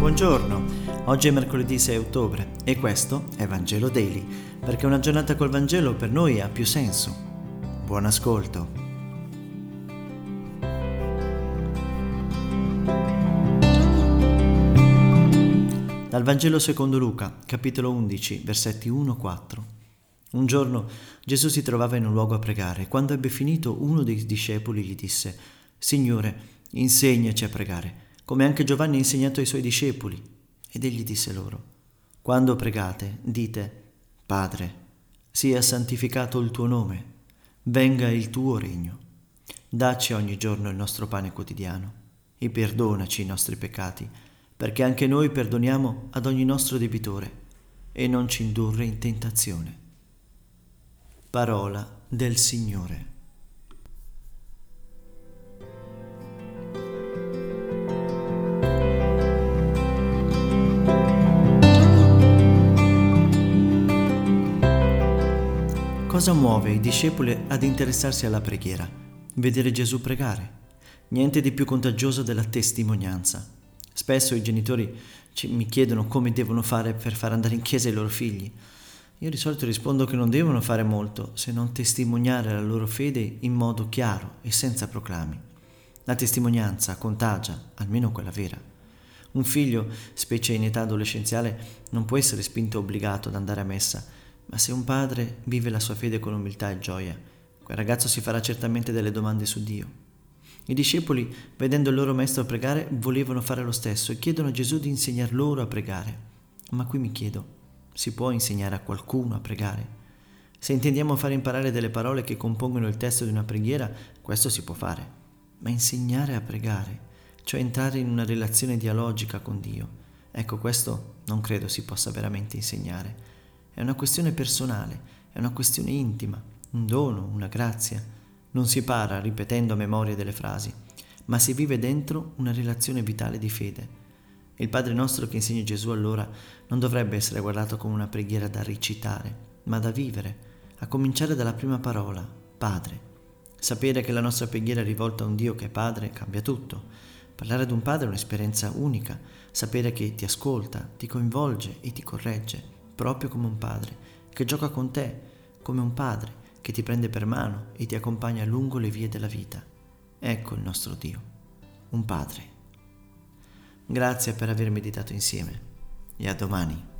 Buongiorno, oggi è mercoledì 6 ottobre e questo è Vangelo Daily, perché una giornata col Vangelo per noi ha più senso. Buon ascolto. Dal Vangelo secondo Luca, capitolo 11, versetti 1-4. Un giorno Gesù si trovava in un luogo a pregare e quando ebbe finito uno dei discepoli gli disse: Signore, insegnaci a pregare, come anche Giovanni ha insegnato ai suoi discepoli. Ed egli disse loro: Quando pregate, dite: Padre, sia santificato il tuo nome, venga il tuo regno. Dacci ogni giorno il nostro pane quotidiano e perdonaci i nostri peccati, perché anche noi perdoniamo ad ogni nostro debitore, e non ci indurre in tentazione. Parola del Signore. Cosa muove i discepoli ad interessarsi alla preghiera? Vedere Gesù pregare. Niente di più contagioso della testimonianza. Spesso i genitori mi chiedono come devono fare per far andare in chiesa i loro figli. Io di solito rispondo che non devono fare molto se non testimoniare la loro fede in modo chiaro e senza proclami. La testimonianza contagia, almeno quella vera. Un figlio, specie in età adolescenziale, non può essere spinto o obbligato ad andare a messa, ma se un padre vive la sua fede con umiltà e gioia, quel ragazzo si farà certamente delle domande su Dio. I discepoli, vedendo il loro maestro pregare, volevano fare lo stesso e chiedono a Gesù di insegnar loro a pregare. Ma qui mi chiedo, si può insegnare a qualcuno a pregare? Se intendiamo fare imparare delle parole che compongono il testo di una preghiera, questo si può fare. Ma insegnare a pregare, cioè entrare in una relazione dialogica con Dio, ecco, questo non credo si possa veramente insegnare. È una questione personale, è una questione intima, un dono, una grazia. Non si impara ripetendo a memoria delle frasi, ma si vive dentro una relazione vitale di fede. Il Padre nostro che insegna Gesù allora non dovrebbe essere guardato come una preghiera da recitare, ma da vivere, a cominciare dalla prima parola, Padre. Sapere che la nostra preghiera è rivolta a un Dio che è Padre cambia tutto. Parlare ad un Padre è un'esperienza unica, sapere che ti ascolta, ti coinvolge e ti corregge, proprio come un padre, che gioca con te, come un padre, che ti prende per mano e ti accompagna lungo le vie della vita. Ecco il nostro Dio, un padre. Grazie per aver meditato insieme e a domani.